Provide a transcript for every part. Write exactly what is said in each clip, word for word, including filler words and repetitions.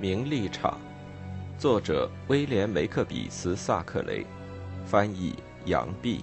明立场，作者威廉·梅克比斯·萨克雷，翻译杨碧。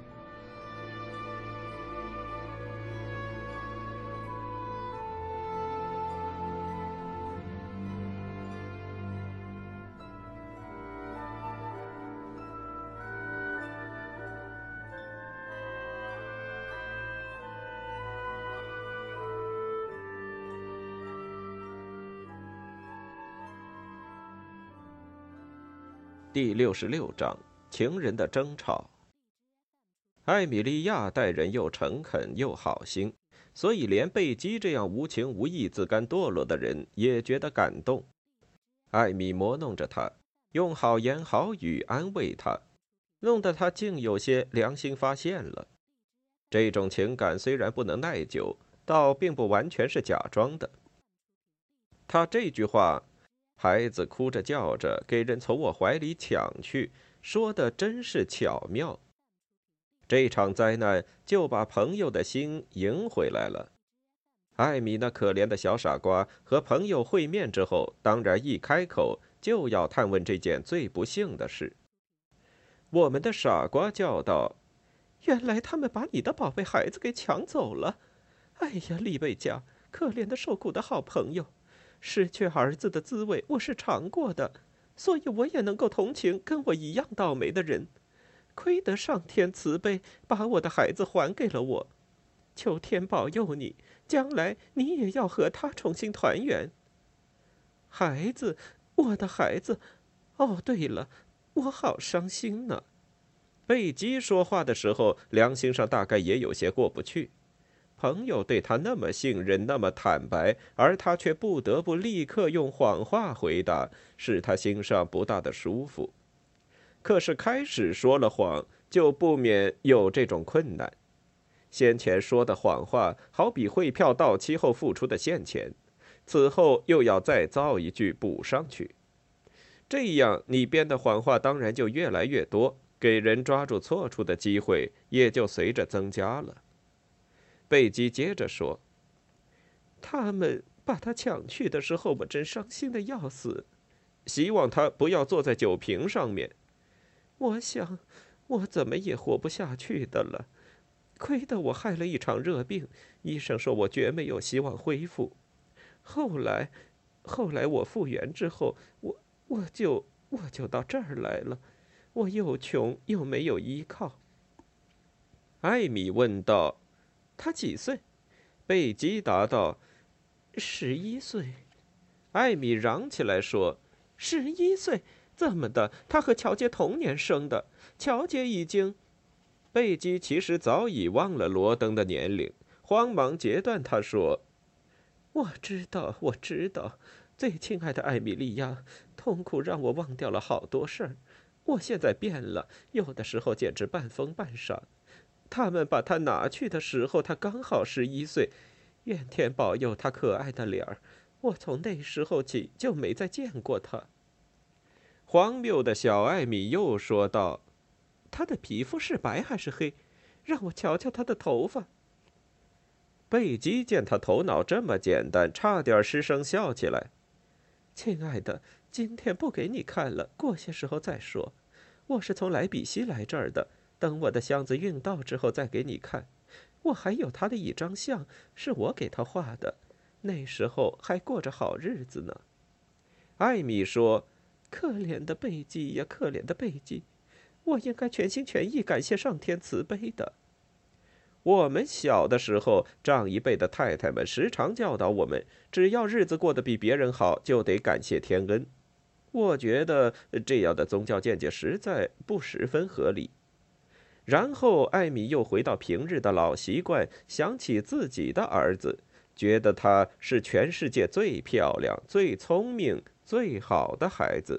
第六十六章：情人的争吵。艾米莉亚待人又诚恳又好心，所以连贝基这样无情无义、自甘堕落的人也觉得感动。艾米模弄着他，用好言好语安慰他，弄得他竟有些良心发现了。这种情感虽然不能耐久，倒并不完全是假装的。他这句话，孩子哭着叫着给人从我怀里抢去，说的真是巧妙。这场灾难就把朋友的心赢回来了。艾米那可怜的小傻瓜和朋友会面之后，当然一开口就要探问这件最不幸的事。我们的傻瓜叫道：“原来他们把你的宝贝孩子给抢走了！哎呀，利贝加，可怜的受苦的好朋友！失去儿子的滋味我是尝过的，所以我也能够同情跟我一样倒霉的人。亏得上天慈悲，把我的孩子还给了我。求天保佑你，将来你也要和他重新团圆。孩子，我的孩子，哦，对了，我好伤心呢。”贝基说话的时候，良心上大概也有些过不去。朋友对他那么信任，那么坦白，而他却不得不立刻用谎话回答，使他心上不大的舒服。可是开始说了谎，就不免有这种困难。先前说的谎话，好比汇票到期后付出的现钱，此后又要再造一句补上去。这样，你编的谎话当然就越来越多，给人抓住错处的机会也就随着增加了。贝基接着说：“他们把他抢去的时候，我真伤心的要死，希望他不要坐在酒瓶上面。我想，我怎么也活不下去的了。亏得我害了一场热病，医生说我绝没有希望恢复。后来，后来我复原之后，我我就我就到这儿来了。我又穷又没有依靠。”艾米问道：“他几岁？”贝基答道：“十一岁。”艾米嚷起来说：“十一岁？怎么的？他和乔杰同年生的。乔杰已经……”贝基其实早已忘了罗登的年龄，慌忙截断他说：“我知道，我知道，最亲爱的艾米莉亚，痛苦让我忘掉了好多事儿。我现在变了，有的时候简直半疯半傻。他们把他拿去的时候，他刚好十一岁。愿天保佑他可爱的脸儿。我从那时候起就没再见过他。”荒谬的小艾米又说道：“他的皮肤是白还是黑？让我瞧瞧他的头发。”贝基见他头脑这么简单，差点失声笑起来。“亲爱的，今天不给你看了，过些时候再说。我是从莱比锡来这儿的。等我的箱子运到之后再给你看。我还有他的一张像，是我给他画的，那时候还过着好日子呢。”艾米说：“可怜的贝基呀，可怜的贝基，我应该全心全意感谢上天慈悲的。我们小的时候，上一辈的太太们时常教导我们，只要日子过得比别人好，就得感谢天恩。我觉得这样的宗教见解实在不十分合理。”然后艾米又回到平日的老习惯，想起自己的儿子，觉得他是全世界最漂亮、最聪明、最好的孩子。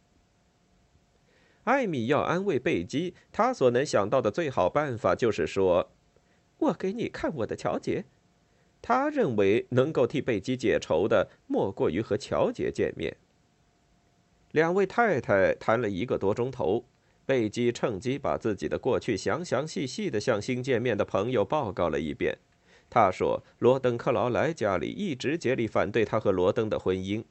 艾米要安慰贝基，他所能想到的最好办法就是说：“我给你看我的乔杰。”他认为能够替贝基解愁的，莫过于和乔杰见面。两位太太谈了一个多钟头。贝基趁机把自己的过去详详细细地向新见面的朋友报告了一遍。他说，罗登·克劳莱家里一直竭力反对他和罗登的婚姻，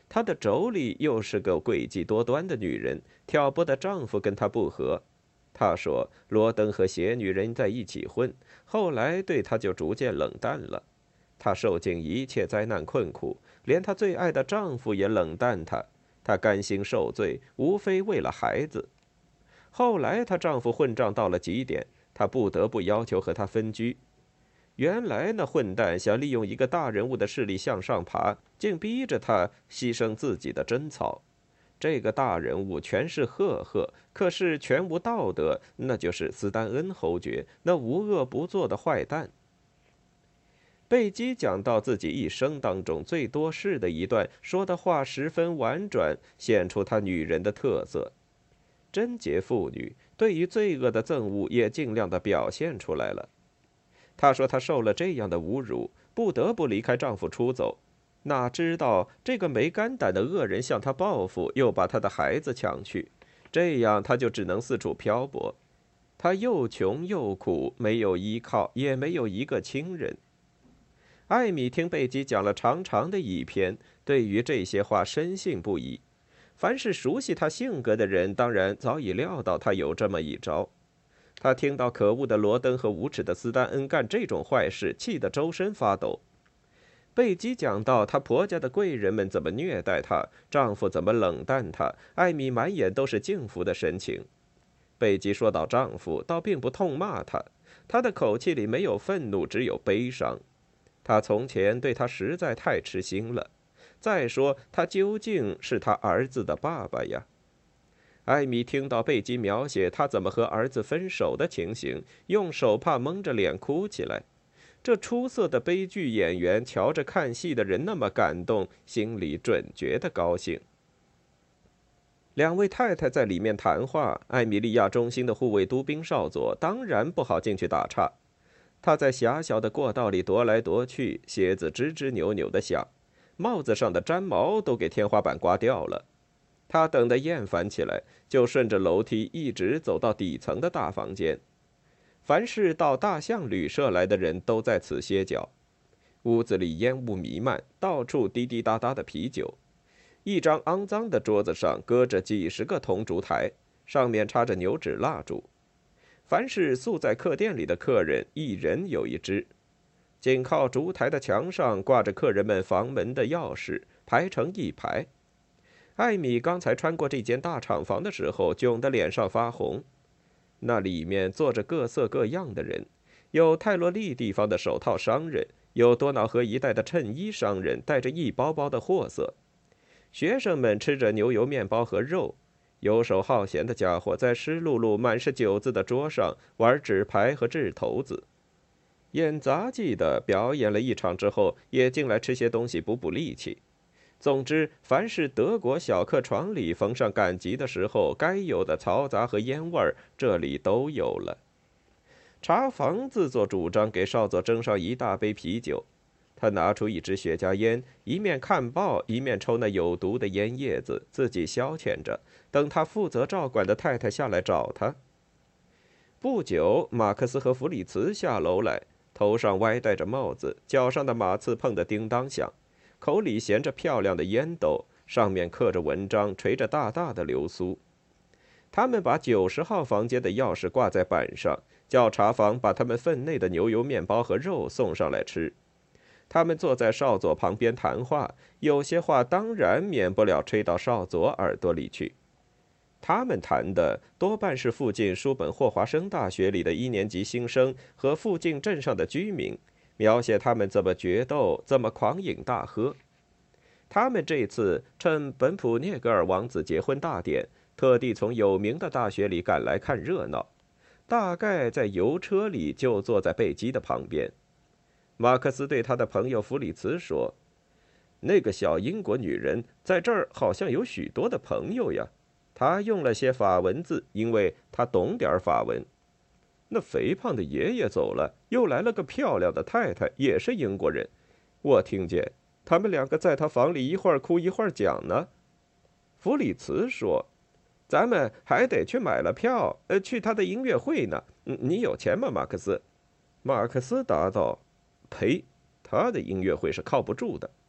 她的妯娌又是个诡计多端的女人，挑拨的丈夫跟她不和。她说罗登和邪女人在一起混，后来对她就逐渐冷淡了。她受尽一切灾难困苦，连她最爱的丈夫也冷淡她。她甘心受罪，无非为了孩子。后来她丈夫混账到了极点，她不得不要求和他分居。原来那混蛋想利用一个大人物的势力向上爬，竟逼着他牺牲自己的贞操。这个大人物权势赫赫，可是全无道德，那就是斯丹恩侯爵，那无恶不作的坏蛋。贝基讲到自己一生当中最多事的一段，说的话十分婉转，显出他女人的特色。贞洁妇女对于罪恶的憎恶也尽量的表现出来了。她说她受了这样的侮辱，不得不离开丈夫出走，哪知道这个没肝胆的恶人向她报复，又把她的孩子抢去，这样她就只能四处漂泊。她又穷又苦，没有依靠，也没有一个亲人。艾米听贝基讲了长长的一篇，对于这些话深信不疑。凡是熟悉他性格的人，当然早已料到他有这么一招。他听到可恶的罗登和无耻的斯丹恩干这种坏事，气得周身发抖。贝基讲到她婆家的贵人们怎么虐待她，丈夫怎么冷淡她，艾米满眼都是敬服的神情。贝基说到丈夫，倒并不痛骂他，他的口气里没有愤怒，只有悲伤。他从前对他实在太痴心了。再说，他究竟是他儿子的爸爸呀。艾米听到贝基描写他怎么和儿子分手的情形，用手帕蒙着脸哭起来。这出色的悲剧演员瞧着看戏的人那么感动，心里准觉得高兴。两位太太在里面谈话，艾米利亚中心的护卫都兵少佐当然不好进去打岔。他在狭小的过道里踱来踱去，鞋子吱吱扭扭地响，帽子上的毡毛都给天花板刮掉了。他等得厌烦起来，就顺着楼梯一直走到底层的大房间。凡是到大象旅社来的人都在此歇脚。屋子里烟雾弥漫，到处滴滴答答的啤酒。一张肮脏的桌子上搁着几十个铜烛台，上面插着牛纸蜡烛。凡是宿在客店里的客人，一人有一只。紧靠烛台的墙上挂着客人们房门的钥匙，排成一排。艾米刚才穿过这间大厂房的时候，窘得脸上发红。那里面坐着各色各样的人，有泰洛利地方的手套商人，有多瑙河一带的衬衣商人，带着一包包的货色。学生们吃着牛油面包和肉，游手好闲的家伙在湿漉漉、满是酒渍的桌上玩纸牌和掷骰子。演杂技的表演了一场之后，也进来吃些东西补补力气。总之，凡是德国小客床里逢上赶集的时候该有的嘈杂和烟味儿，这里都有了。茶房自作主张给少佐斟上一大杯啤酒，他拿出一支雪茄烟，一面看报，一面抽那有毒的烟叶子，自己消遣着，等他负责照管的太太下来找他。不久，马克思和弗里茨下楼来，头上歪戴着帽子，脚上的马刺碰得叮当响，口里衔着漂亮的烟斗，上面刻着文章，垂着大大的流苏。他们把九十号房间的钥匙挂在板上，叫茶房把他们分内的牛油面包和肉送上来吃。他们坐在少佐旁边谈话，有些话当然免不了吹到少佐耳朵里去。他们谈的多半是附近叔本霍华生大学里的一年级新生和附近镇上的居民，描写他们怎么决斗，怎么狂饮大喝。他们这次趁本普涅格尔王子结婚大典，特地从有名的大学里赶来看热闹，大概在油车里就坐在贝基的旁边。马克思对他的朋友弗里茨说：“那个小英国女人在这儿好像有许多的朋友呀。”他用了些法文字，因为他懂点法文。那肥胖的爷爷走了，又来了个漂亮的太太，也是英国人。我听见他们两个在他房里一会儿哭一会儿讲呢。弗里茨说：“咱们还得去买了票，呃，去他的音乐会呢。嗯，你有钱吗，马克思？”马克思答道：“呸，他的音乐会是靠不住的。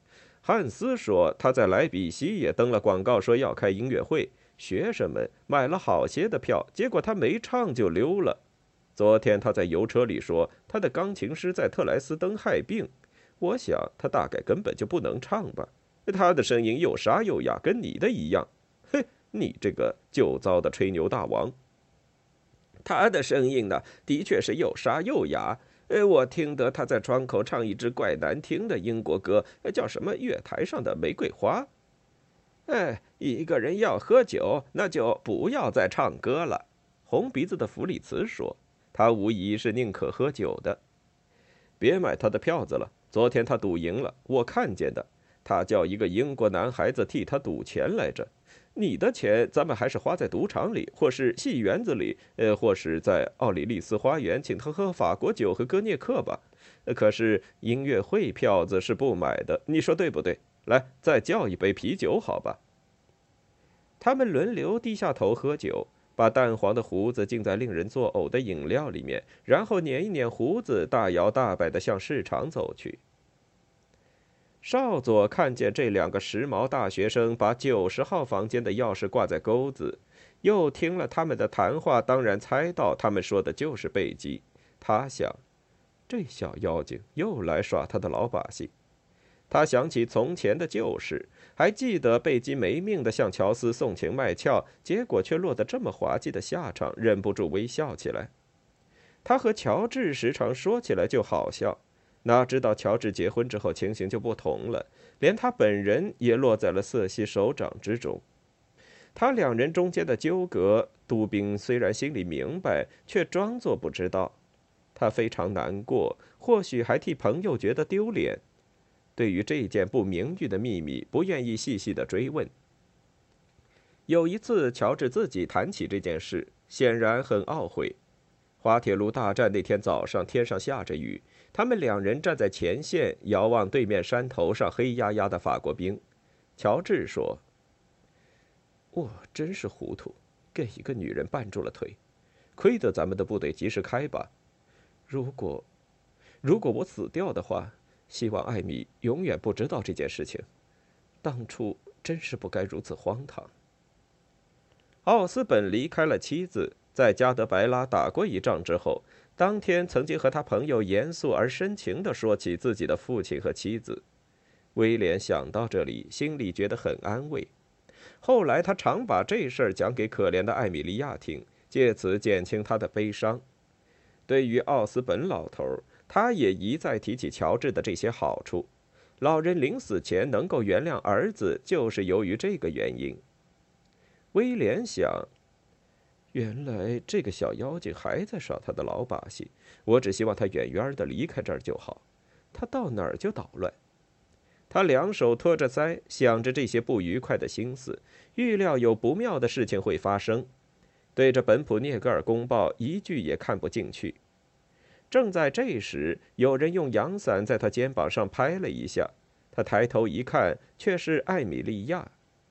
汉斯说他在莱比锡也登了广告，说要开音乐会，学生们买了好些的票，结果他没唱就溜了。昨天他在邮车里说他的钢琴师在特莱斯登害病，我想他大概根本就不能唱吧。他的声音又沙又哑，跟你的一样。嘿，你这个就糟的吹牛大王！他的声音呢，的确是又沙又哑。呃，我听得他在窗口唱一支怪难听的英国歌，叫什么《月台上的玫瑰花》。哎，一个人要喝酒，那就不要再唱歌了。红鼻子的弗里茨说，他无疑是宁可喝酒的。别买他的票子了，昨天他赌赢了，我看见的。他叫一个英国男孩子替他赌钱来着。你的钱咱们还是花在赌场里，或是戏园子里，呃，或是在奥里利斯花园请他喝法国酒和戈涅克吧。可是音乐会票子是不买的，你说对不对？来，再叫一杯啤酒好吧。他们轮流低下头喝酒，把淡黄的胡子浸在令人作呕的饮料里面，然后捻一捻胡子，大摇大摆地向市场走去。少佐看见这两个时髦大学生把九十号房间的钥匙挂在钩子，又听了他们的谈话，当然猜到他们说的就是贝基。他想，这小妖精又来耍他的老把戏。他想起从前的旧事，还记得贝基没命地向乔斯送情卖俏，结果却落得这么滑稽的下场，忍不住微笑起来。他和乔治时常说起来就好笑。哪知道乔治结婚之后情形就不同了，连他本人也落在了瑟西手掌之中。他两人中间的纠葛，杜宾虽然心里明白，却装作不知道。他非常难过，或许还替朋友觉得丢脸。对于这件不名誉的秘密，不愿意细细的追问。有一次，乔治自己谈起这件事，显然很懊悔。滑铁卢大战那天早上，天上下着雨，他们两人站在前线，遥望对面山头上黑压压的法国兵。乔治说：“我真是糊涂，给一个女人绊住了腿，亏得咱们的部队及时开拔。如果，如果我死掉的话，希望艾米永远不知道这件事情。当初真是不该如此荒唐。”奥斯本离开了妻子，在加德白拉打过一仗之后，当天曾经和他朋友严肃而深情地说起自己的父亲和妻子。威廉想到这里，心里觉得很安慰。后来他常把这事儿讲给可怜的艾米莉亚听，借此减轻她的悲伤。对于奥斯本老头，他也一再提起乔治的这些好处。老人临死前能够原谅儿子，就是由于这个原因。威廉想，原来这个小妖精还在耍他的老把戏，我只希望他远远的离开这儿就好，他到哪儿就捣乱。他两手托着腮，想着这些不愉快的心思，预料有不妙的事情会发生。对着本普涅格尔公报一句也看不进去。正在这时，有人用阳伞在他肩膀上拍了一下，他抬头一看，却是艾米莉亚。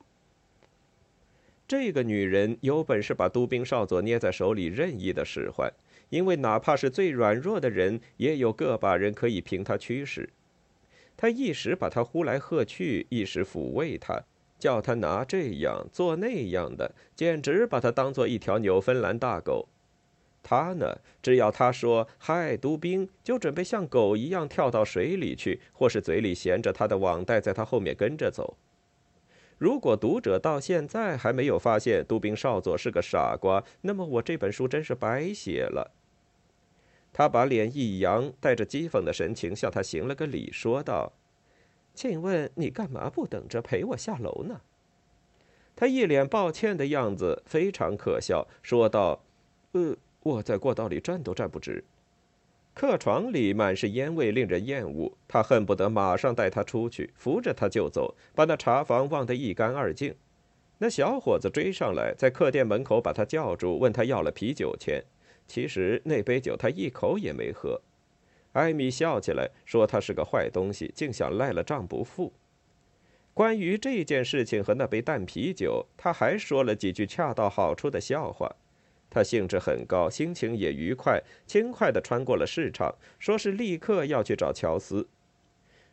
这个女人有本事把都兵少佐捏在手里任意的使唤，因为哪怕是最软弱的人，也有个把人可以凭她驱使。他一时把她呼来喝去，一时抚慰她，叫她拿这样做那样的，简直把她当作一条纽芬兰大狗。他呢，只要他说嗨都兵，就准备像狗一样跳到水里去，或是嘴里衔着他的网袋在他后面跟着走。如果读者到现在还没有发现都兵少佐是个傻瓜，那么我这本书真是白写了。他把脸一扬，带着讥讽的神情向他行了个礼，说道：“请问你干嘛不等着陪我下楼呢？”他一脸抱歉的样子，非常可笑，说道：“呃，我在过道里站都站不直。”客床里满是烟味，令人厌恶。他恨不得马上带他出去，扶着他就走，把那茶房忘得一干二净。那小伙子追上来，在客店门口把他叫住，问他要了啤酒钱。其实那杯酒他一口也没喝。艾米笑起来，说他是个坏东西，竟想赖了账不付。关于这件事情和那杯淡啤酒，他还说了几句恰到好处的笑话。他兴致很高，心情也愉快，轻快地穿过了市场，说是立刻要去找乔斯。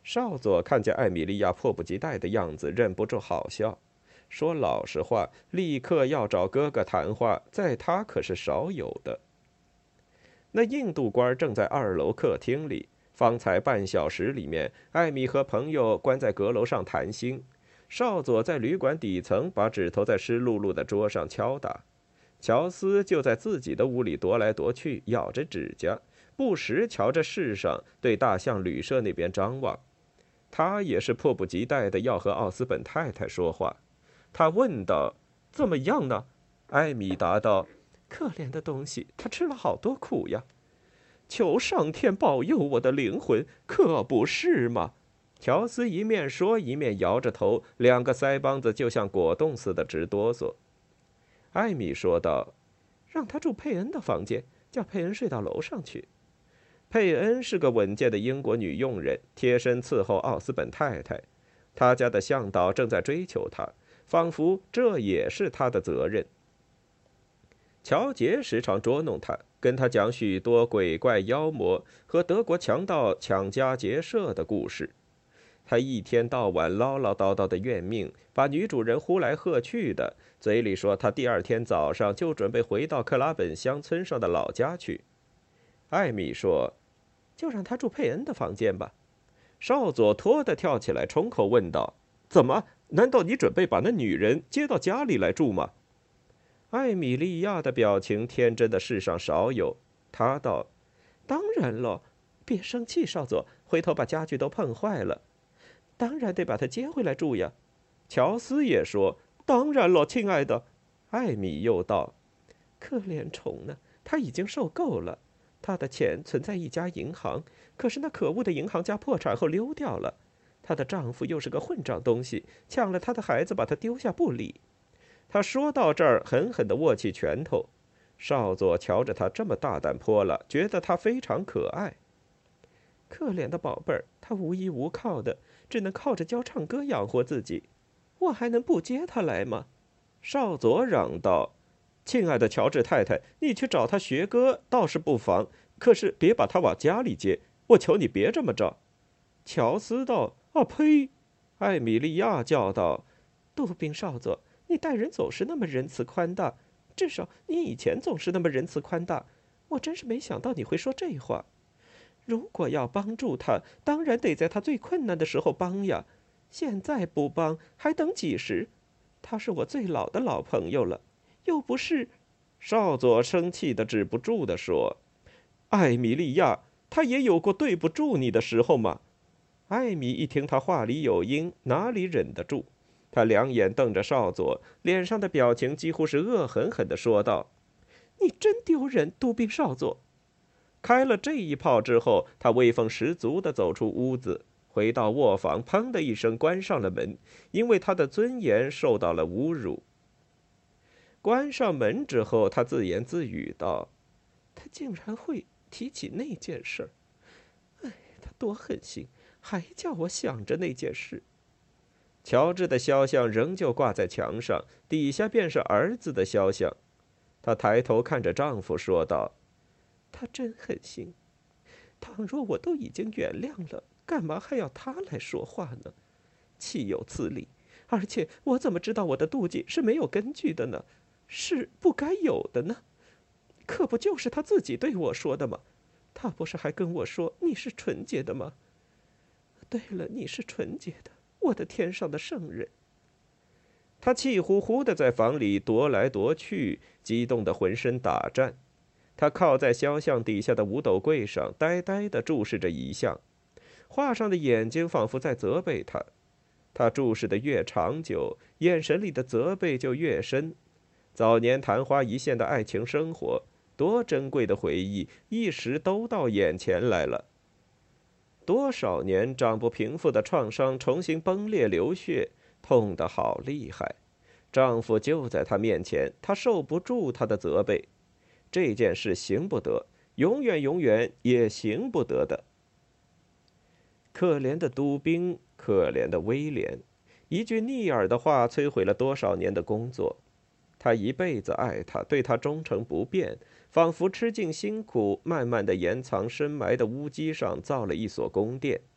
少佐看见艾米莉亚迫不及待的样子，忍不住好笑，说老实话，立刻要找哥哥谈话，在他可是少有的。那印度官正在二楼客厅里，方才半小时里面，艾米和朋友关在阁楼上谈心，少佐在旅馆底层把指头在湿漉漉的桌上敲打，乔斯就在自己的屋里踱来踱去，咬着指甲，不时瞧着世上，对大象旅社那边张望。他也是迫不及待的要和奥斯本太太说话。他问道：“怎么样呢？”艾米答道：“可怜的东西，他吃了好多苦呀。”求上天保佑我的灵魂，可不是吗？乔斯一面说一面摇着头，两个腮帮子就像果冻似的直哆嗦。艾米说道：“让他住佩恩的房间，叫佩恩睡到楼上去。”佩恩是个稳健的英国女佣人，贴身伺候奥斯本太太。他家的向导正在追求她，仿佛这也是他的责任。乔杰时常捉弄他，跟他讲许多鬼怪妖魔和德国强盗抢家劫舍的故事。他一天到晚唠唠叨叨的怨命，把女主人呼来喝去的，嘴里说他第二天早上就准备回到克拉本乡村上的老家去。艾米说：“就让他住佩恩的房间吧。”少佐脱得跳起来，冲口问道：“怎么？难道你准备把那女人接到家里来住吗？”艾米莉亚的表情天真的世上少有，她道：“当然了，别生气，少佐，回头把家具都碰坏了。当然得把她接回来住呀。”乔斯也说：“当然了，亲爱的。”艾米又道：“可怜虫呢，他已经受够了。他的钱存在一家银行，可是那可恶的银行家破产后溜掉了。她的丈夫又是个混账东西，抢了她的孩子，把她丢下不理。”他说到这儿，狠狠地握起拳头。少佐瞧着他这么大胆泼辣，觉得他非常可爱。可怜的宝贝儿，他无依无靠的，只能靠着教唱歌养活自己。我还能不接他来吗？少佐嚷道：“亲爱的乔治太太，你去找他学歌倒是不妨，可是别把他往家里接，我求你别这么着。”乔斯道：“啊呸！”艾米莉亚叫道：“杜宾少佐，你待人总是那么仁慈宽大，至少你以前总是那么仁慈宽大。我真是没想到你会说这话。如果要帮助他，当然得在他最困难的时候帮呀。现在不帮，还等几时？他是我最老的老朋友了，又不是……”少佐生气的止不住的说：“艾米莉亚，他也有过对不住你的时候嘛。”艾米一听他话里有音，哪里忍得住？他两眼瞪着少佐，脸上的表情几乎是恶狠狠地说道：“你真丢人，杜宾少佐！”开了这一炮之后，他威风十足地走出屋子，回到卧房，砰的一声关上了门，因为他的尊严受到了侮辱。关上门之后，他自言自语道：“他竟然会提起那件事儿，哎，他多狠心，还叫我想着那件事。”乔治的肖像仍旧挂在墙上，底下便是儿子的肖像。她抬头看着丈夫说道：“他真狠心。倘若我都已经原谅了，干嘛还要他来说话呢？岂有此理！而且我怎么知道我的妒忌是没有根据的呢？是不该有的呢？可不就是他自己对我说的吗？他不是还跟我说你是纯洁的吗？对了，你是纯洁的。我的天上的圣人！”他气呼呼地在房里踱来踱去，激动得浑身打颤。他靠在肖像底下的五斗柜上，呆呆地注视着遗像，画上的眼睛仿佛在责备他。他注视得越长久，眼神里的责备就越深。早年昙花一现的爱情生活，多珍贵的回忆，一时都到眼前来了。多少年长不平复的创伤重新崩裂流血，痛得好厉害。丈夫就在她面前，她受不住他的责备。这件事行不得，永远永远也行不得的。可怜的都宾，可怜的威廉，一句逆耳的话摧毁了多少年的工作。他一辈子爱她，对她忠诚不变，仿佛吃尽辛苦，慢慢的岩藏深埋的屋基上造了一所宫殿。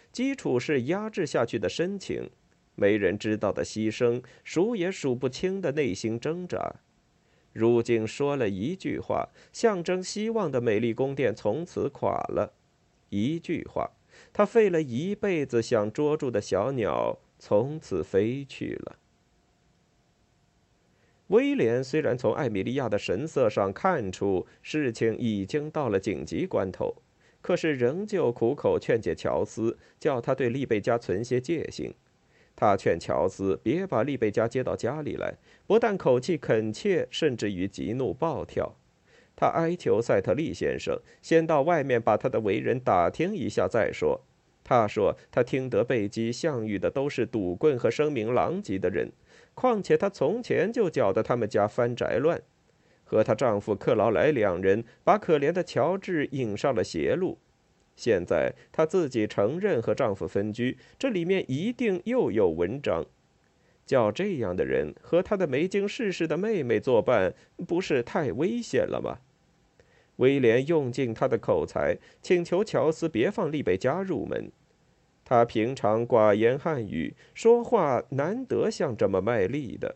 基础是压制下去的深情，没人知道的牺牲，数也数不清的内心挣扎。如今说了一句话，象征希望的美丽宫殿从此垮了。一句话，他费了一辈子想捉住的小鸟从此飞去了。威廉虽然从艾米莉亚的神色上看出事情已经到了紧急关头，可是仍旧苦口劝解乔斯，叫他对丽贝加存些戒心。他劝乔斯别把丽贝加接到家里来，不但口气恳切，甚至于急怒暴跳。他哀求赛特利先生先到外面把他的为人打听一下再说。他说他听得贝基相遇的都是赌棍和声名狼藉的人，况且他从前就搅得他们家翻宅乱，和她丈夫克劳莱两人把可怜的乔治引上了邪路。现在她自己承认和丈夫分居，这里面一定又有文章。叫这样的人和她的没经世事的妹妹作伴，不是太危险了吗？威廉用尽他的口才，请求乔斯别放丽贝加入门。他平常寡言汉语，说话难得像这么卖力的。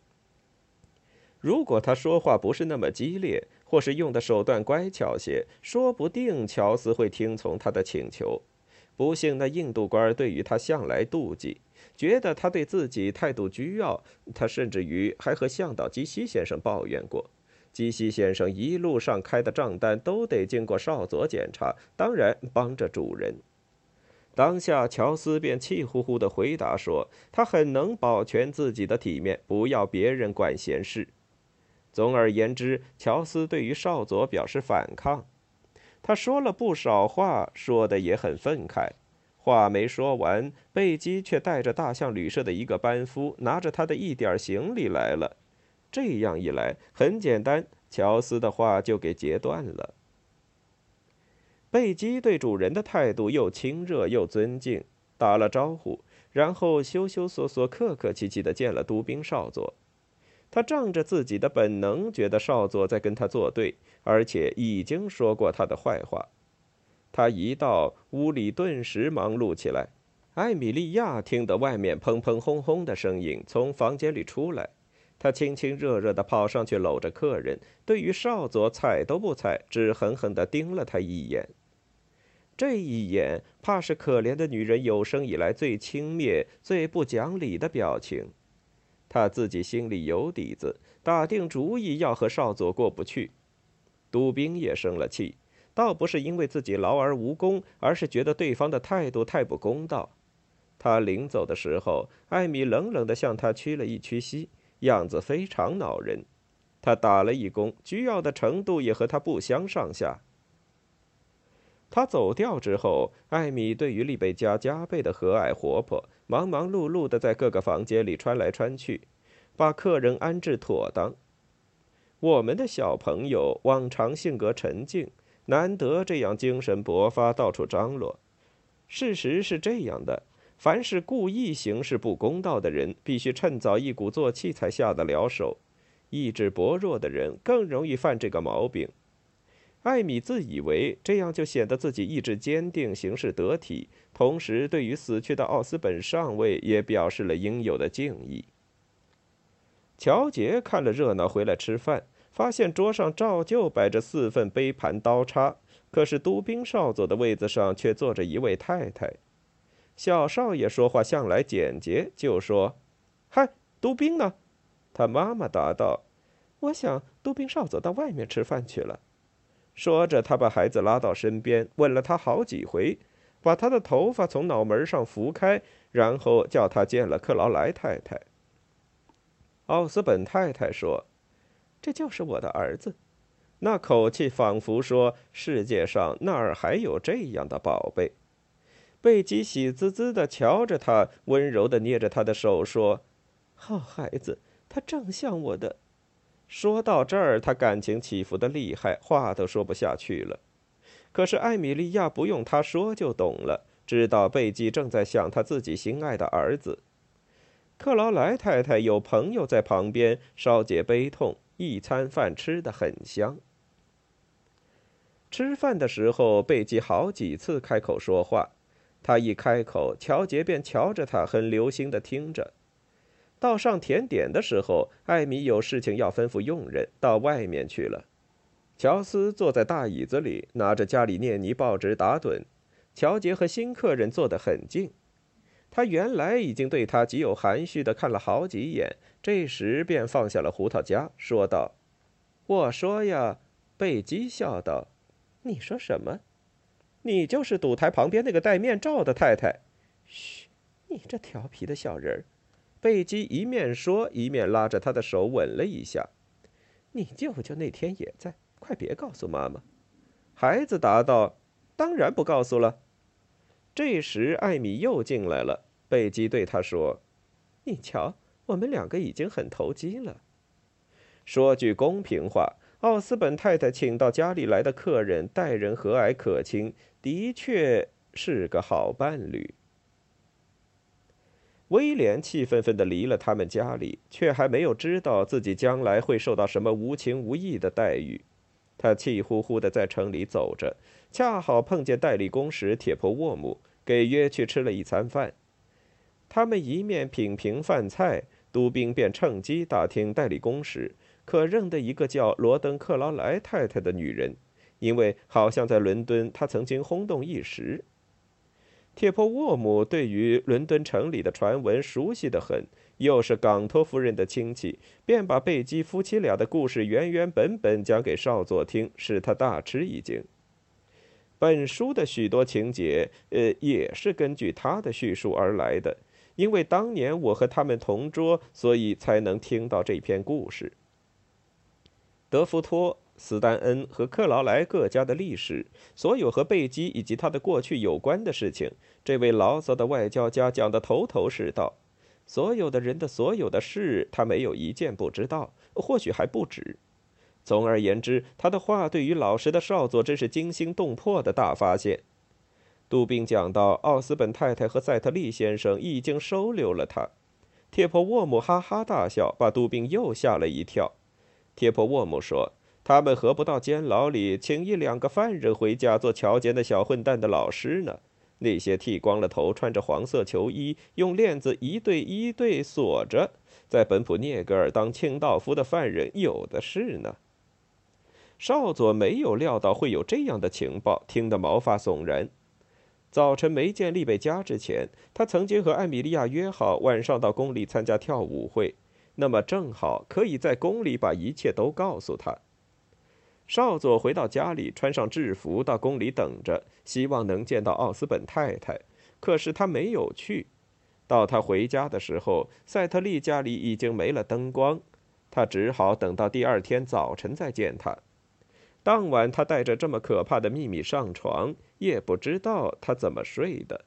如果他说话不是那么激烈，或是用的手段乖巧些，说不定乔斯会听从他的请求。不幸那印度官对于他向来妒忌，觉得他对自己态度倨傲，他甚至于还和向导基西先生抱怨过。基西先生一路上开的账单都得经过少佐检查，当然帮着主人。当下乔斯便气呼呼地回答说，他很能保全自己的体面，不要别人管闲事。总而言之，乔斯对于少佐表示反抗。他说了不少话，说的也很愤慨。话没说完，贝基却带着大象旅社的一个班夫，拿着他的一点行李来了。这样一来，很简单，乔斯的话就给截断了。贝基对主人的态度又亲热又尊敬，打了招呼，然后羞羞缩缩、客客气气地见了都兵少佐。他仗着自己的本能，觉得少佐在跟他作对，而且已经说过他的坏话。他一到，屋里顿时忙碌起来。艾米莉亚听得外面砰砰轰轰的声音，从房间里出来。他亲亲热热地跑上去搂着客人，对于少佐睬都不睬，只狠狠地盯了他一眼。这一眼，怕是可怜的女人有生以来最轻蔑、最不讲理的表情。他自己心里有底子，打定主意要和少佐过不去。都兵也生了气，倒不是因为自己劳而无功，而是觉得对方的态度太不公道。他临走的时候，艾米冷冷地向他屈了一屈膝，样子非常恼人。他打了一躬，倨傲的程度也和他不相上下。他走掉之后，艾米对于丽贝加加倍的和蔼活泼，忙忙碌碌地在各个房间里穿来穿去，把客人安置妥当。我们的小朋友往常性格沉静，难得这样精神勃发，到处张罗。事实是这样的，凡是故意行事不公道的人，必须趁早一鼓作气才下得了手。意志薄弱的人更容易犯这个毛病。艾米自以为这样就显得自己意志坚定，行事得体，同时对于死去的奥斯本上尉也表示了应有的敬意。乔杰看了热闹回来吃饭，发现桌上照旧摆着四份杯盘刀叉，可是都兵少佐的位子上却坐着一位太太。小少爷说话向来简洁，就说：“嗨，都兵呢？”他妈妈答道：“我想都兵少佐到外面吃饭去了。”说着，他把孩子拉到身边，吻了他好几回，把他的头发从脑门上拂开，然后叫他见了克劳莱太太。奥斯本太太说：“这就是我的儿子。”那口气仿佛说世界上哪儿还有这样的宝贝。贝基喜滋滋地瞧着他，温柔地捏着他的手说：“好孩子，他正像我的。”说到这儿，他感情起伏的厉害，话都说不下去了。可是艾米莉亚不用他说就懂了，知道贝基正在想他自己心爱的儿子。克劳莱太太有朋友在旁边稍解悲痛，一餐饭吃得很香。吃饭的时候，贝基好几次开口说话， 他一开口，乔杰便瞧着他，很留心地听着。到上甜点的时候，艾米有事情要吩咐佣人，到外面去了。乔斯坐在大椅子里，拿着加里涅尼报纸打盹。乔杰和新客人坐得很近。他原来已经对他极有含蓄地看了好几眼，这时便放下了胡桃夹，说道：“我说呀。”贝基笑道：“你说什么？你就是赌台旁边那个戴面罩的太太。”“嘘，你这调皮的小人儿。”贝基一面说，一面拉着他的手吻了一下。“你舅舅那天也在，快别告诉妈妈。”孩子答道：“当然不告诉了。”这时艾米又进来了，贝基对他说：“你瞧，我们两个已经很投机了。说句公平话，奥斯本太太请到家里来的客人待人和蔼可亲，的确是个好伴侣。”威廉气愤愤地离了他们家里，却还没有知道自己将来会受到什么无情无义的待遇。他气呼呼地在城里走着，恰好碰见代理公使铁婆沃姆，给约去吃了一餐饭。他们一面品评饭菜，都兵便趁机打听代理公使可认得一个叫罗登克劳莱太太的女人，因为好像在伦敦她曾经轰动一时。铁婆沃姆对于伦敦城里的传闻熟悉得很，又是港托夫人的亲戚，便把贝基夫妻俩的故事原原本本讲给少佐听，使他大吃一惊。本书的许多情节，呃，也是根据他的叙述而来的，因为当年我和他们同桌，所以才能听到这篇故事。德福托、斯丹恩和克劳莱各家的历史，所有和贝基以及他的过去有关的事情，这位牢骚的外交家讲得头头是道。所有的人的所有的事，他没有一件不知道，或许还不止。总而言之，他的话对于老实的少佐真是惊心动魄的大发现。杜宾讲到，奥斯本太太和赛特利先生已经收留了他。铁婆沃姆哈哈大笑，把杜宾又吓了一跳。铁婆沃姆说，他们何不到监牢里请一两个犯人回家做乔杰那小混蛋的老师呢？那些剃光了头、穿着黄色球衣、用链子一对一对锁着，在本普涅格尔当清道夫的犯人有的是呢。少佐没有料到会有这样的情报，听得毛发悚然。早晨没见丽贝加之前，他曾经和艾米莉亚约好晚上到宫里参加跳舞会，那么正好可以在宫里把一切都告诉他。少佐回到家里，穿上制服到宫里等着，希望能见到奥斯本太太。可是他没有去。到他回家的时候，赛特利家里已经没了灯光，他只好等到第二天早晨再见他。当晚他带着这么可怕的秘密上床，也不知道他怎么睡的。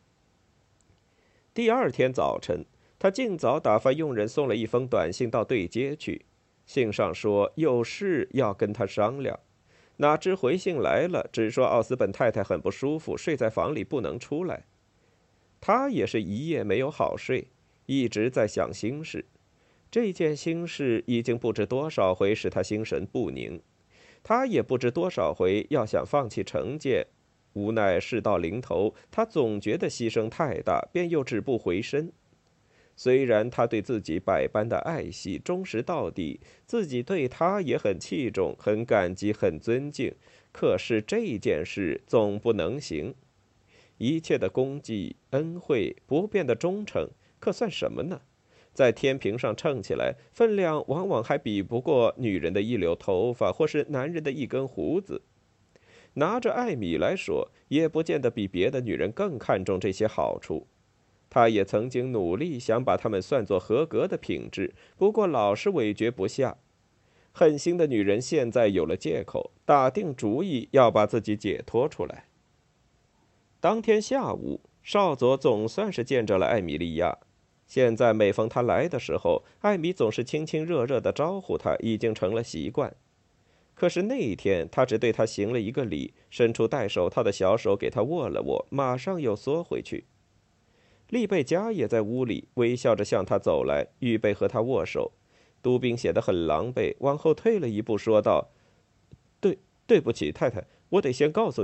第二天早晨，他尽早打发佣人送了一封短信到对街去。信上说有事要跟他商量，哪知回信来了，只说奥斯本太太很不舒服，睡在房里不能出来。他也是一夜没有好睡，一直在想心事。这件心事已经不知多少回使他心神不宁，他也不知多少回要想放弃成见，无奈事到临头，他总觉得牺牲太大，便又止步回身。虽然他对自己百般的爱惜，忠实到底，自己对他也很器重、很感激、很尊敬，可是这件事总不能行。一切的功绩、恩惠、不变的忠诚，可算什么呢？在天平上称起来，分量往往还比不过女人的一绺头发，或是男人的一根胡子。拿着艾米来说，也不见得比别的女人更看重这些好处。他也曾经努力想把他们算作合格的品质，不过老是委决不下。狠心的女人现在有了借口，打定主意要把自己解脱出来。当天下午，少佐总算是见着了艾米莉亚。现在每逢他来的时候，艾米总是亲亲热热地招呼他，已经成了习惯。可是那一天，他只对他行了一个礼，伸出戴手套的小手给他握了握，马上又缩回去。丽贝加也在屋里，微笑着向他走来，预备和他握手。都兵显得很狼狈，往后退了一步，说道：“对，对不起，太太，我得先告诉你，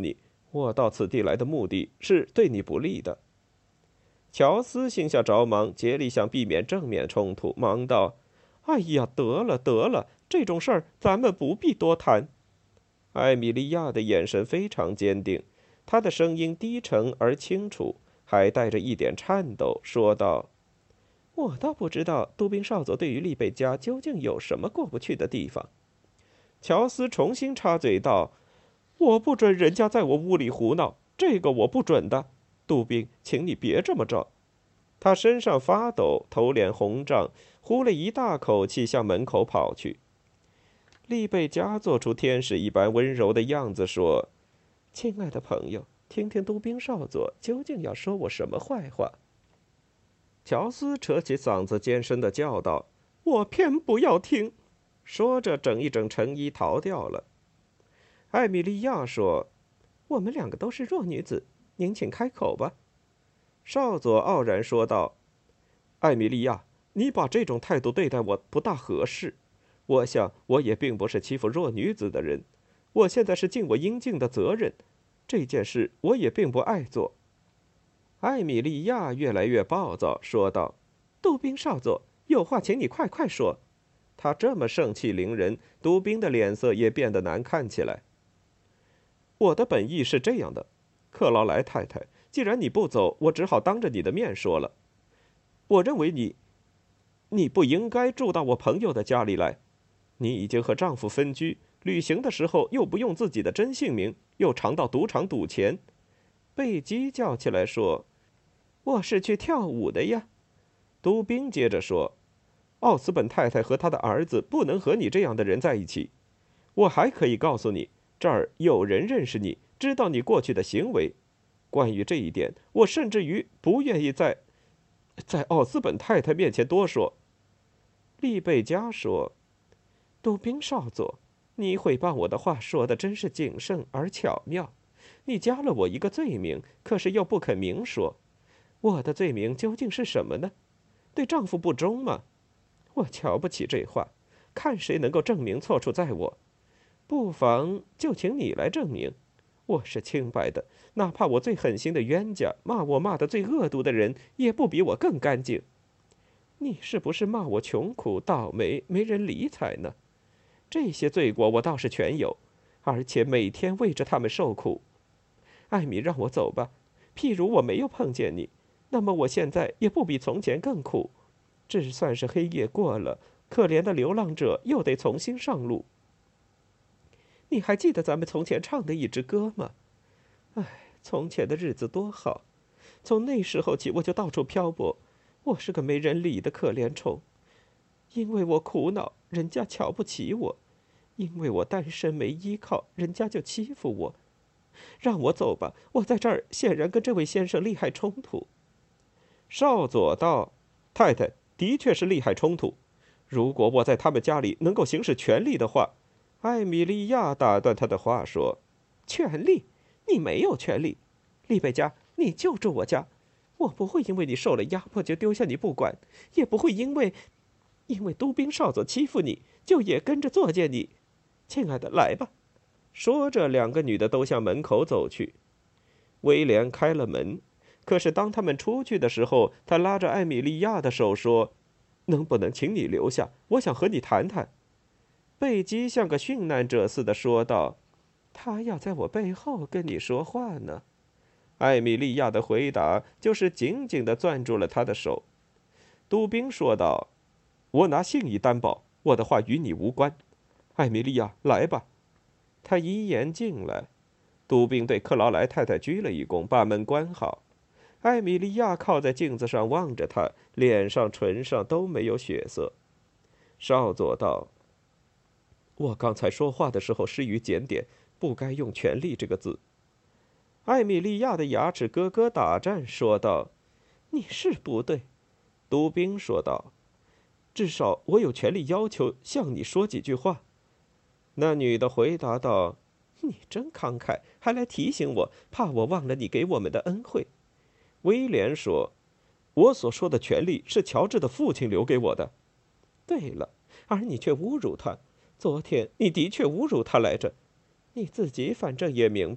我到此地来的目的是对你不利的。乔斯心下着忙，竭力想避免正面冲突，忙道：“哎呀，得了得了，这种事儿咱们不必多谈。”艾米莉亚的眼神非常坚定，她的声音低沉而清楚，还带着一点颤抖，说道：“我倒不知道都兵少佐对于利贝家究竟有什么过不去的地方。”乔斯重新插嘴道：“我不准人家在我屋里胡闹，这个我不准的。杜宾，请你别这么着。”他身上发抖，头脸红胀，呼了一大口气，向门口跑去。利贝加做出天使一般温柔的样子，说：“亲爱的朋友，听听都兵少佐究竟要说我什么坏话。”乔斯扯起嗓子，尖声地叫道：“我偏不要听！”说着，整一整成衣逃掉了。艾米莉亚说：“我们两个都是弱女子，您请开口吧。”少佐傲然说道：“艾米莉亚，你把这种态度对待我不大合适。我想我也并不是欺负弱女子的人，我现在是尽我应尽的责任，这件事我也并不爱做。”艾米莉亚越来越暴躁，说道：“杜宾少佐，有话请你快快说。”他这么盛气凌人，杜宾的脸色也变得难看起来。“我的本意是这样的，克劳莱太太，既然你不走，我只好当着你的面说了。我认为你，你不应该住到我朋友的家里来。你已经和丈夫分居，旅行的时候又不用自己的真姓名，又常到赌场赌钱。”贝基叫起来说：“我是去跳舞的呀。”都宾接着说：“奥斯本太太和她的儿子不能和你这样的人在一起。我还可以告诉你，这儿有人认识你，知道你过去的行为。关于这一点，我甚至于不愿意在在奥斯本太太面前多说。”利贝加说：“都宾少佐，你诽谤我的话说的真是谨慎而巧妙。你加了我一个罪名，可是又不肯明说。我的罪名究竟是什么呢？对丈夫不忠吗？我瞧不起这话，看谁能够证明错处在我。不妨就请你来证明，我是清白的，哪怕我最狠心的冤家，骂我骂得最恶毒的人，也不比我更干净。你是不是骂我穷苦、倒霉、没人理睬呢？这些罪过我倒是全有，而且每天为着他们受苦。艾米，让我走吧。譬如我没有碰见你，那么我现在也不比从前更苦。只算是黑夜过了，可怜的流浪者又得重新上路。你还记得咱们从前唱的一支歌吗？唉，从前的日子多好！从那时候起，我就到处漂泊。我是个没人理的可怜虫。因为我苦恼，人家瞧不起我；因为我单身没依靠，人家就欺负我。让我走吧，我在这儿显然跟这位先生利害冲突。”少佐道：“太太的确是利害冲突。如果我在他们家里能够行使权力的话。”艾米莉亚打断他的话说：“权力？你没有权力。利贝加，你就住我家，我不会因为你受了压迫就丢下你不管，也不会因为因为都兵少佐欺负你就也跟着作践你。亲爱的，来吧。”说着，两个女的都向门口走去。威廉开了门，可是当他们出去的时候，他拉着艾米莉亚的手说：“能不能请你留下？我想和你谈谈。”贝基像个殉难者似的说道：“他要在我背后跟你说话呢。”艾米莉亚的回答就是紧紧地攥住了他的手。都兵说道：“我拿信义担保，我的话与你无关。艾米莉亚，来吧。”他一言进来，都兵对克劳莱太太鞠了一躬，把门关好。艾米莉亚靠在镜子上望着他，脸上、唇上都没有血色。少佐道：“我刚才说话的时候失于检点，不该用权力这个字。”艾米莉亚的牙齿咯咯打颤，说道：“你是不对。”都兵说道：“至少我有权利要求向你说几句话。”那女的回答道：“你真慷慨，还来提醒我，怕我忘了你给我们的恩惠。”威廉说：“我所说的权利是乔治的父亲留给我的。”对了，而你却侮辱他。昨天你的确侮辱他来着。你自己反正也明白，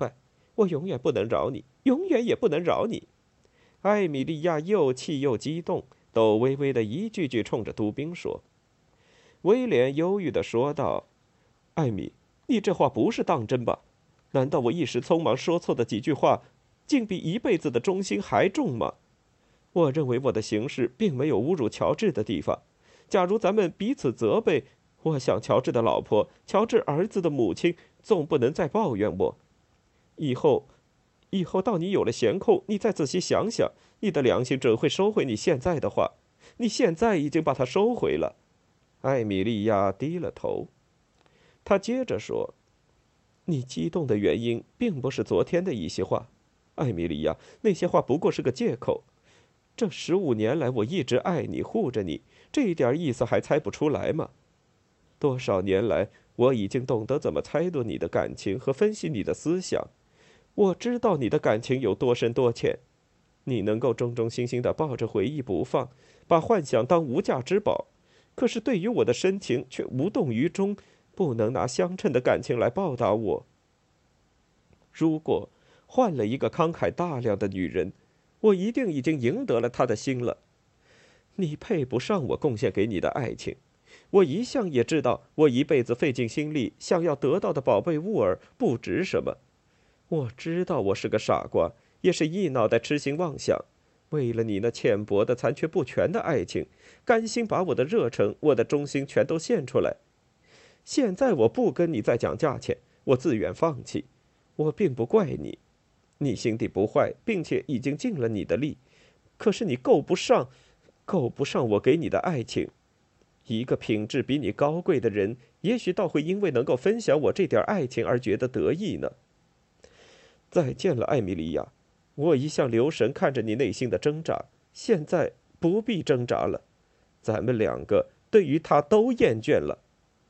我永远不能饶你，永远也不能饶你！”艾米莉亚又气又激动，抖微微的一句句冲着都宾说。威廉忧郁地说道：“艾米，你这话不是当真吧？难道我一时匆忙说错的几句话，竟比一辈子的忠心还重吗？我认为我的行事并没有侮辱乔治的地方。假如咱们彼此责备，我想乔治的老婆，乔治儿子的母亲，总不能再抱怨我。以后，以后到你有了闲空，你再仔细想想，你的良心准会收回你现在的话。你现在已经把它收回了。”艾米莉亚低了头。她接着说：“你激动的原因并不是昨天的一些话，艾米莉亚，那些话不过是个借口。这十五年来，我一直爱你，护着你，这一点意思还猜不出来吗？多少年来，我已经懂得怎么猜度你的感情和分析你的思想。我知道你的感情有多深多浅，你能够忠忠心心地抱着回忆不放，把幻想当无价之宝。可是对于我的深情却无动于衷，不能拿相称的感情来报答我。如果换了一个慷慨大量的女人，我一定已经赢得了她的心了。你配不上我贡献给你的爱情。我一向也知道，我一辈子费尽心力想要得到的宝贝物儿不值什么。我知道我是个傻瓜，也是一脑袋痴心妄想。为了你那浅薄的、残缺不全的爱情，甘心把我的热忱、我的忠心全都献出来。现在我不跟你再讲价钱，我自愿放弃。我并不怪你，你心地不坏，并且已经尽了你的力，可是你够不上，够不上我给你的爱情。一个品质比你高贵的人，也许倒会因为能够分享我这点爱情而觉得得意呢。再见了，艾米莉亚。我一向留神看着你内心的挣扎，现在不必挣扎了。咱们两个对于他都厌倦了。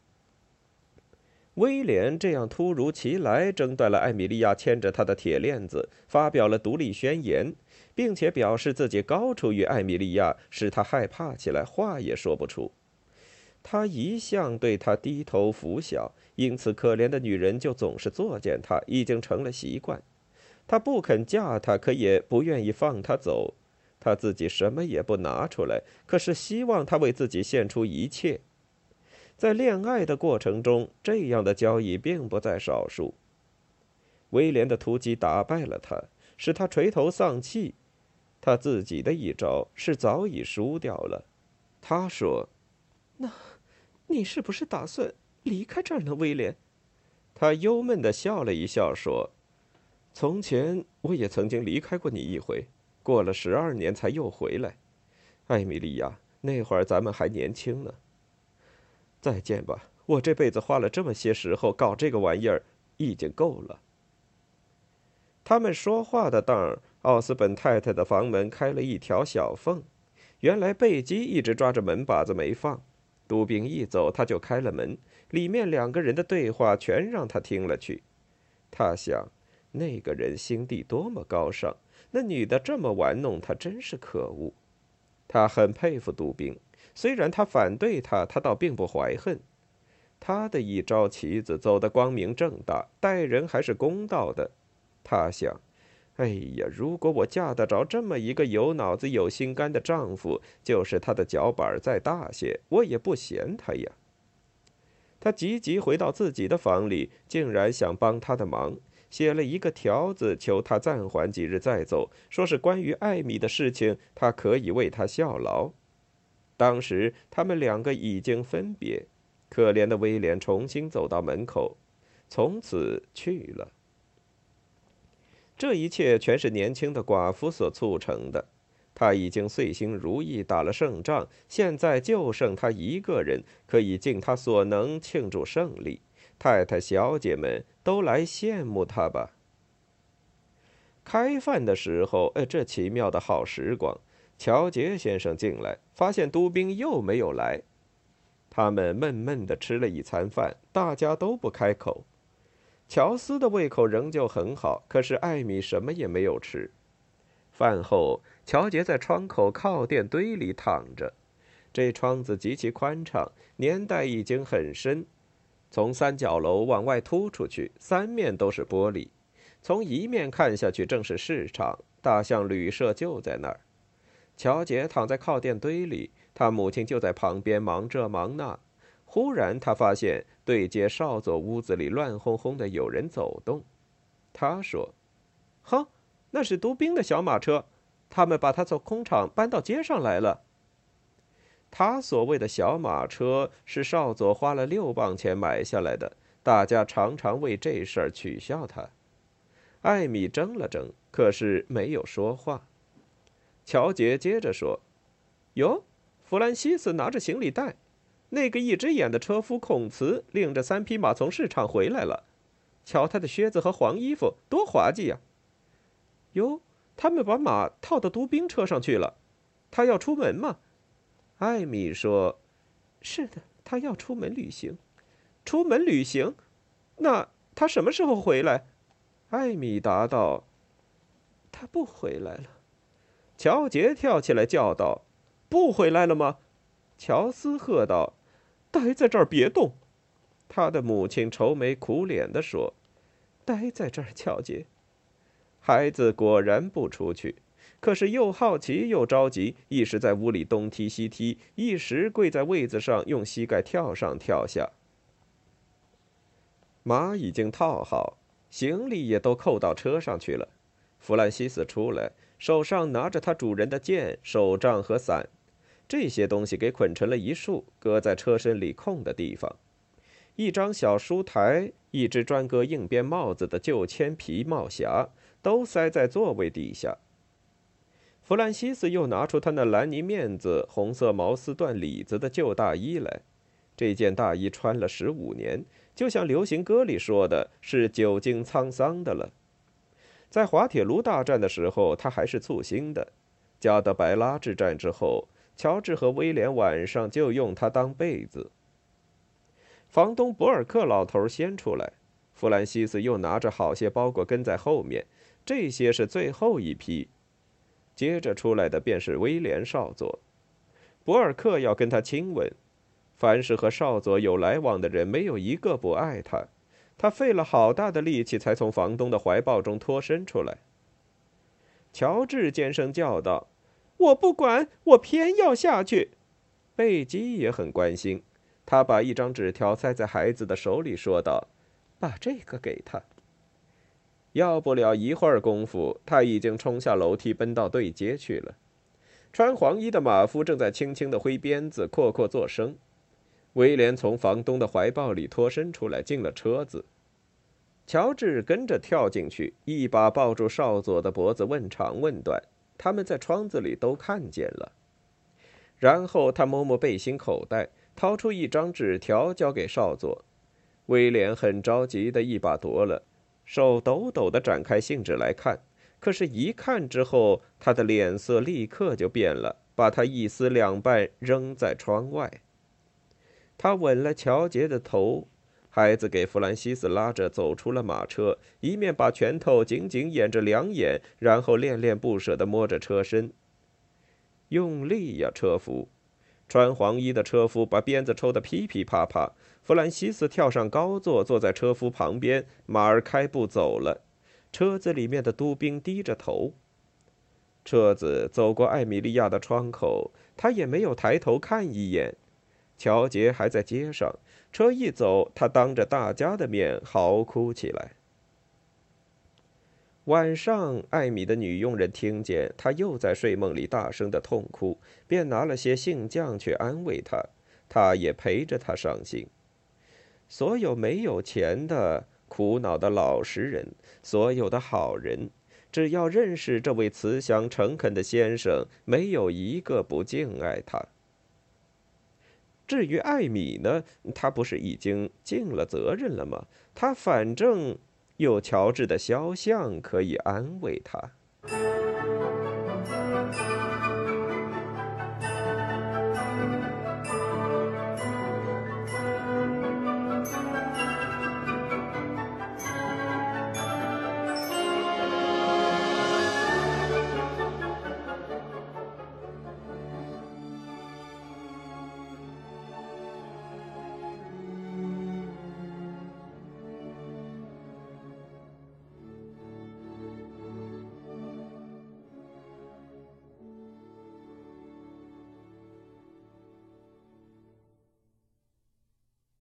威廉这样突如其来挣断了艾米莉亚牵着他的铁链子，发表了独立宣言，并且表示自己高出于艾米莉亚，使他害怕起来，话也说不出。他一向对他低头俯小，因此可怜的女人就总是作践他，已经成了习惯。他不肯嫁他，可也不愿意放他走。他自己什么也不拿出来，可是希望他为自己献出一切。在恋爱的过程中，这样的交易并不在少数。威廉的突击打败了他，使他垂头丧气。他自己的一招是早已输掉了。他说：“那，你是不是打算离开这儿呢，威廉？”他忧闷地笑了一笑，说：“从前我也曾经离开过你一回，过了十二年才又回来。艾米莉亚，那会儿咱们还年轻呢。再见吧，我这辈子花了这么些时候搞这个玩意儿，已经够了。”他们说话的当儿，奥斯本太太的房门开了一条小缝，原来贝基一直抓着门把子没放。都宾一走，他就开了门，里面两个人的对话全让他听了去。他想，那个人心地多么高尚，那女的这么玩弄他，真是可恶。他很佩服都宾，虽然他反对他，他倒并不怀恨。他的一招棋子走得光明正大，待人还是公道的。他想，哎呀，如果我嫁得着这么一个有脑子有心肝的丈夫，就是他的脚板再大些，我也不嫌他呀。他急急回到自己的房里，竟然想帮他的忙，写了一个条子，求他暂缓几日再走，说是关于艾米的事情，他可以为他效劳。当时他们两个已经分别，可怜的威廉重新走到门口，从此去了。这一切全是年轻的寡妇所促成的。他已经遂心如意，打了胜仗，现在就剩他一个人，可以尽他所能庆祝胜利。太太小姐们都来羡慕他吧。开饭的时候，呃，这奇妙的好时光，乔杰先生进来，发现都宾又没有来。他们闷闷地吃了一餐饭，大家都不开口。乔斯的胃口仍旧很好，可是艾米什么也没有吃。饭后，乔杰在窗口靠垫堆里躺着，这窗子极其宽敞，年代已经很深，从三角楼往外凸出去，三面都是玻璃。 从一面看下去，正是市场，大象旅社就在那儿。乔杰躺在靠垫堆里，他母亲就在旁边忙这忙那。忽然，他发现对街少佐屋子里乱哄哄的，有人走动。他说：“哼，那是督兵的小马车，他们把它从工厂搬到街上来了。”他所谓的小马车是少佐花了六磅钱买下来的，大家常常为这事儿取笑他。艾米怔了怔，可是没有说话。乔杰接着说：“哟，弗兰西斯拿着行李袋，那个一只眼的车夫孔茨领着三匹马从市场回来了。瞧他的靴子和黄衣服，多滑稽呀！哟，他们把马套到督兵车上去了。他要出门吗？”艾米说：“是的，他要出门旅行。出门旅行？那他什么时候回来？”艾米答道：“他不回来了。”乔杰跳起来叫道：“不回来了吗？”乔斯喝道：“待在这儿别动！”他的母亲愁眉苦脸地说：“待在这儿，乔杰。”孩子果然不出去，可是又好奇又着急，一时在屋里东踢西踢，一时跪在位子上用膝盖跳上跳下。马已经套好，行李也都扣到车上去了。弗兰西斯出来，手上拿着他主人的剑、手杖和伞，这些东西给捆成了一束，搁在车身里空的地方。一张小书台，一只专搁硬边帽子的旧铅皮帽匣，都塞在座位底下。弗兰西斯又拿出他那蓝呢面子、红色毛丝缎里子的旧大衣来，这件大衣穿了十五年，就像流行歌里说的，是久经沧桑的了。在滑铁卢大战的时候，他还是簇新的。加德白拉之战之后，乔治和威廉晚上就用它当被子。房东博尔克老头先出来，弗兰西斯又拿着好些包裹跟在后面，这些是最后一批。接着出来的便是威廉少佐。博尔克要跟他亲吻，凡是和少佐有来往的人，没有一个不爱他。他费了好大的力气，才从房东的怀抱中脱身出来。乔治尖声叫道：“我不管，我偏要下去！”贝基也很关心，他把一张纸条塞在孩子的手里，说道：“把这个给他。”要不了一会儿功夫，他已经冲下楼梯，奔到对街去了。穿黄衣的马夫正在轻轻地挥鞭子，阔阔作声。威廉从房东的怀抱里脱身出来，进了车子。乔治跟着跳进去，一把抱住少佐的脖子，问长问短。他们在窗子里都看见了。然后他摸摸背心口袋，掏出一张纸条交给少佐。威廉很着急的一把夺了，手抖抖地展开信纸来看。可是，一看之后，他的脸色立刻就变了，把他一撕两半，扔在窗外。他吻了乔杰的头，孩子给弗兰西斯拉着走出了马车，一面把拳头紧紧掩着两眼，然后恋恋不舍地摸着车身。用力呀，车夫！穿黄衣的车夫把鞭子抽得噼噼啪啪。弗兰西斯跳上高座，坐在车夫旁边，马儿开步走了。车子里面的督兵低着头。车子走过艾米莉亚的窗口，他也没有抬头看一眼。乔杰还在街上，车一走，他当着大家的面嚎哭起来。晚上，艾米的女佣人听见他又在睡梦里大声的痛哭，便拿了些杏酱去安慰他，他也陪着他伤心。所有没有钱的、苦恼的老实人，所有的好人，只要认识这位慈祥诚恳的先生，没有一个不敬爱他。至于艾米呢，他不是已经尽了责任了吗？他反正有乔治的肖像可以安慰他。